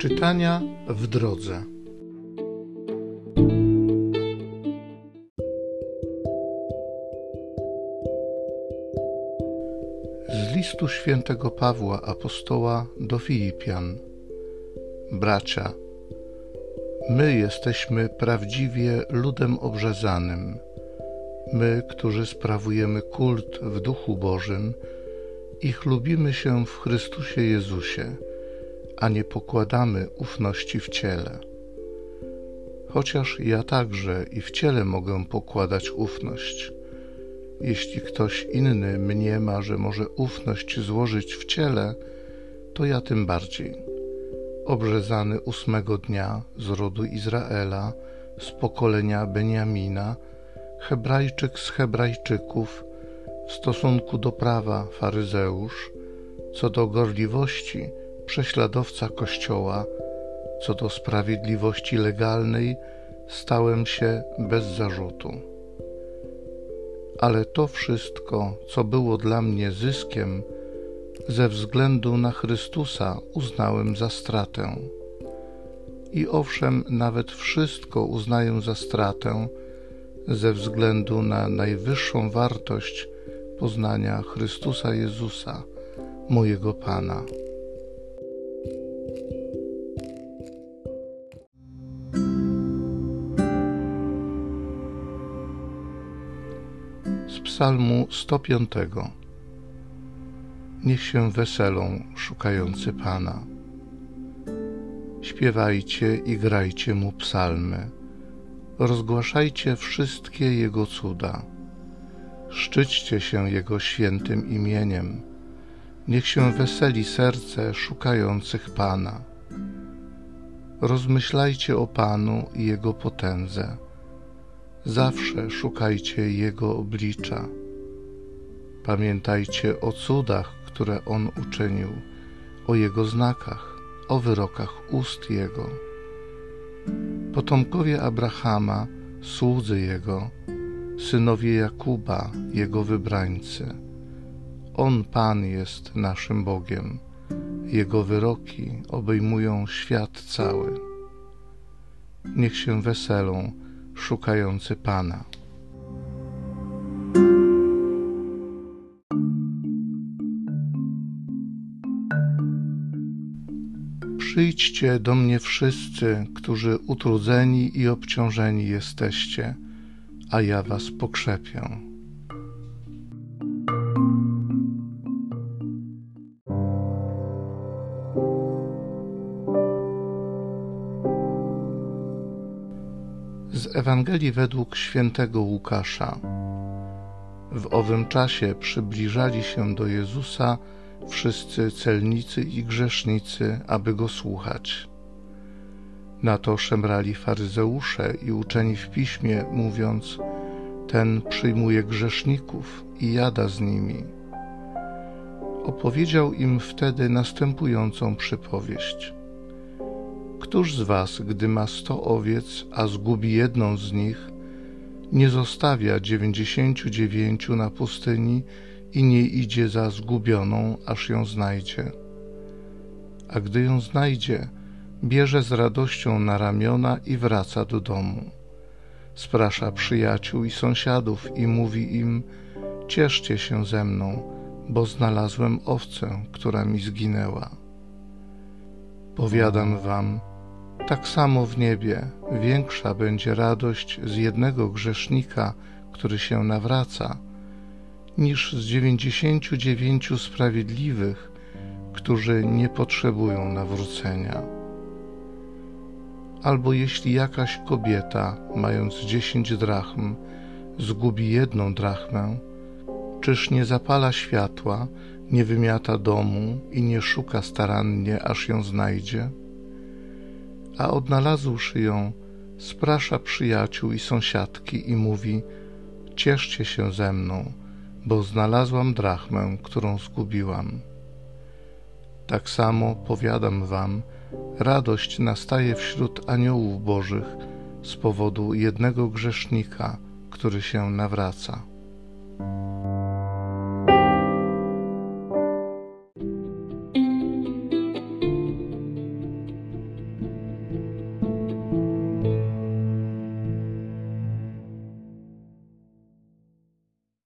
Czytania w drodze. Z listu świętego Pawła apostoła do Filipian. Bracia, my jesteśmy prawdziwie ludem obrzezanym, my, którzy sprawujemy kult w Duchu Bożym i chlubimy się w Chrystusie Jezusie, a nie pokładamy ufności w ciele. Chociaż ja także i w ciele mogę pokładać ufność. Jeśli ktoś inny mniema, że może ufność złożyć w ciele, to ja tym bardziej. Obrzezany 8 dnia z rodu Izraela, z pokolenia Beniamina, Hebrajczyk z Hebrajczyków, w stosunku do prawa faryzeusz, co do gorliwości prześladowca Kościoła, co do sprawiedliwości legalnej stałem się bez zarzutu. Ale to wszystko, co było dla mnie zyskiem, ze względu na Chrystusa uznałem za stratę. I owszem, nawet wszystko uznaję za stratę, ze względu na najwyższą wartość poznania Chrystusa Jezusa, mojego Pana. Z Psalmu 105. Niech się weselą szukający Pana. Śpiewajcie i grajcie Mu psalmy. Rozgłaszajcie wszystkie Jego cuda. Szczyćcie się Jego świętym imieniem. Niech się weseli serce szukających Pana. Rozmyślajcie o Panu i Jego potędze. Zawsze szukajcie Jego oblicza. Pamiętajcie o cudach, które On uczynił, o Jego znakach, o wyrokach ust Jego. Potomkowie Abrahama, słudzy Jego, synowie Jakuba, Jego wybrańcy. On, Pan, jest naszym Bogiem. Jego wyroki obejmują świat cały. Niech się weselą szukający Pana. Przyjdźcie do mnie wszyscy, którzy utrudzeni i obciążeni jesteście, a ja was pokrzepię. Z Ewangelii według świętego Łukasza. W owym czasie przybliżali się do Jezusa wszyscy celnicy i grzesznicy, aby Go słuchać. Na to szemrali faryzeusze i uczeni w piśmie, mówiąc: ten przyjmuje grzeszników i jada z nimi. Opowiedział im wtedy następującą przypowieść. Któż z was, gdy ma 100 owiec, a zgubi jedną z nich, nie zostawia 99 na pustyni i nie idzie za zgubioną, aż ją znajdzie? A gdy ją znajdzie, bierze z radością na ramiona i wraca do domu. Sprasza przyjaciół i sąsiadów i mówi im: cieszcie się ze mną, bo znalazłem owcę, która mi zginęła. Powiadam wam, tak samo w niebie większa będzie radość z jednego grzesznika, który się nawraca, niż z 99 sprawiedliwych, którzy nie potrzebują nawrócenia. Albo jeśli jakaś kobieta, mając 10 drachm, zgubi 1 drachmę, czyż nie zapala światła, nie wymiata domu i nie szuka starannie, aż ją znajdzie? A odnalazłszy ją, sprasza przyjaciół i sąsiadki i mówi: cieszcie się ze mną, bo znalazłam drachmę, którą zgubiłam. Tak samo, powiadam wam, radość nastaje wśród aniołów bożych z powodu jednego grzesznika, który się nawraca.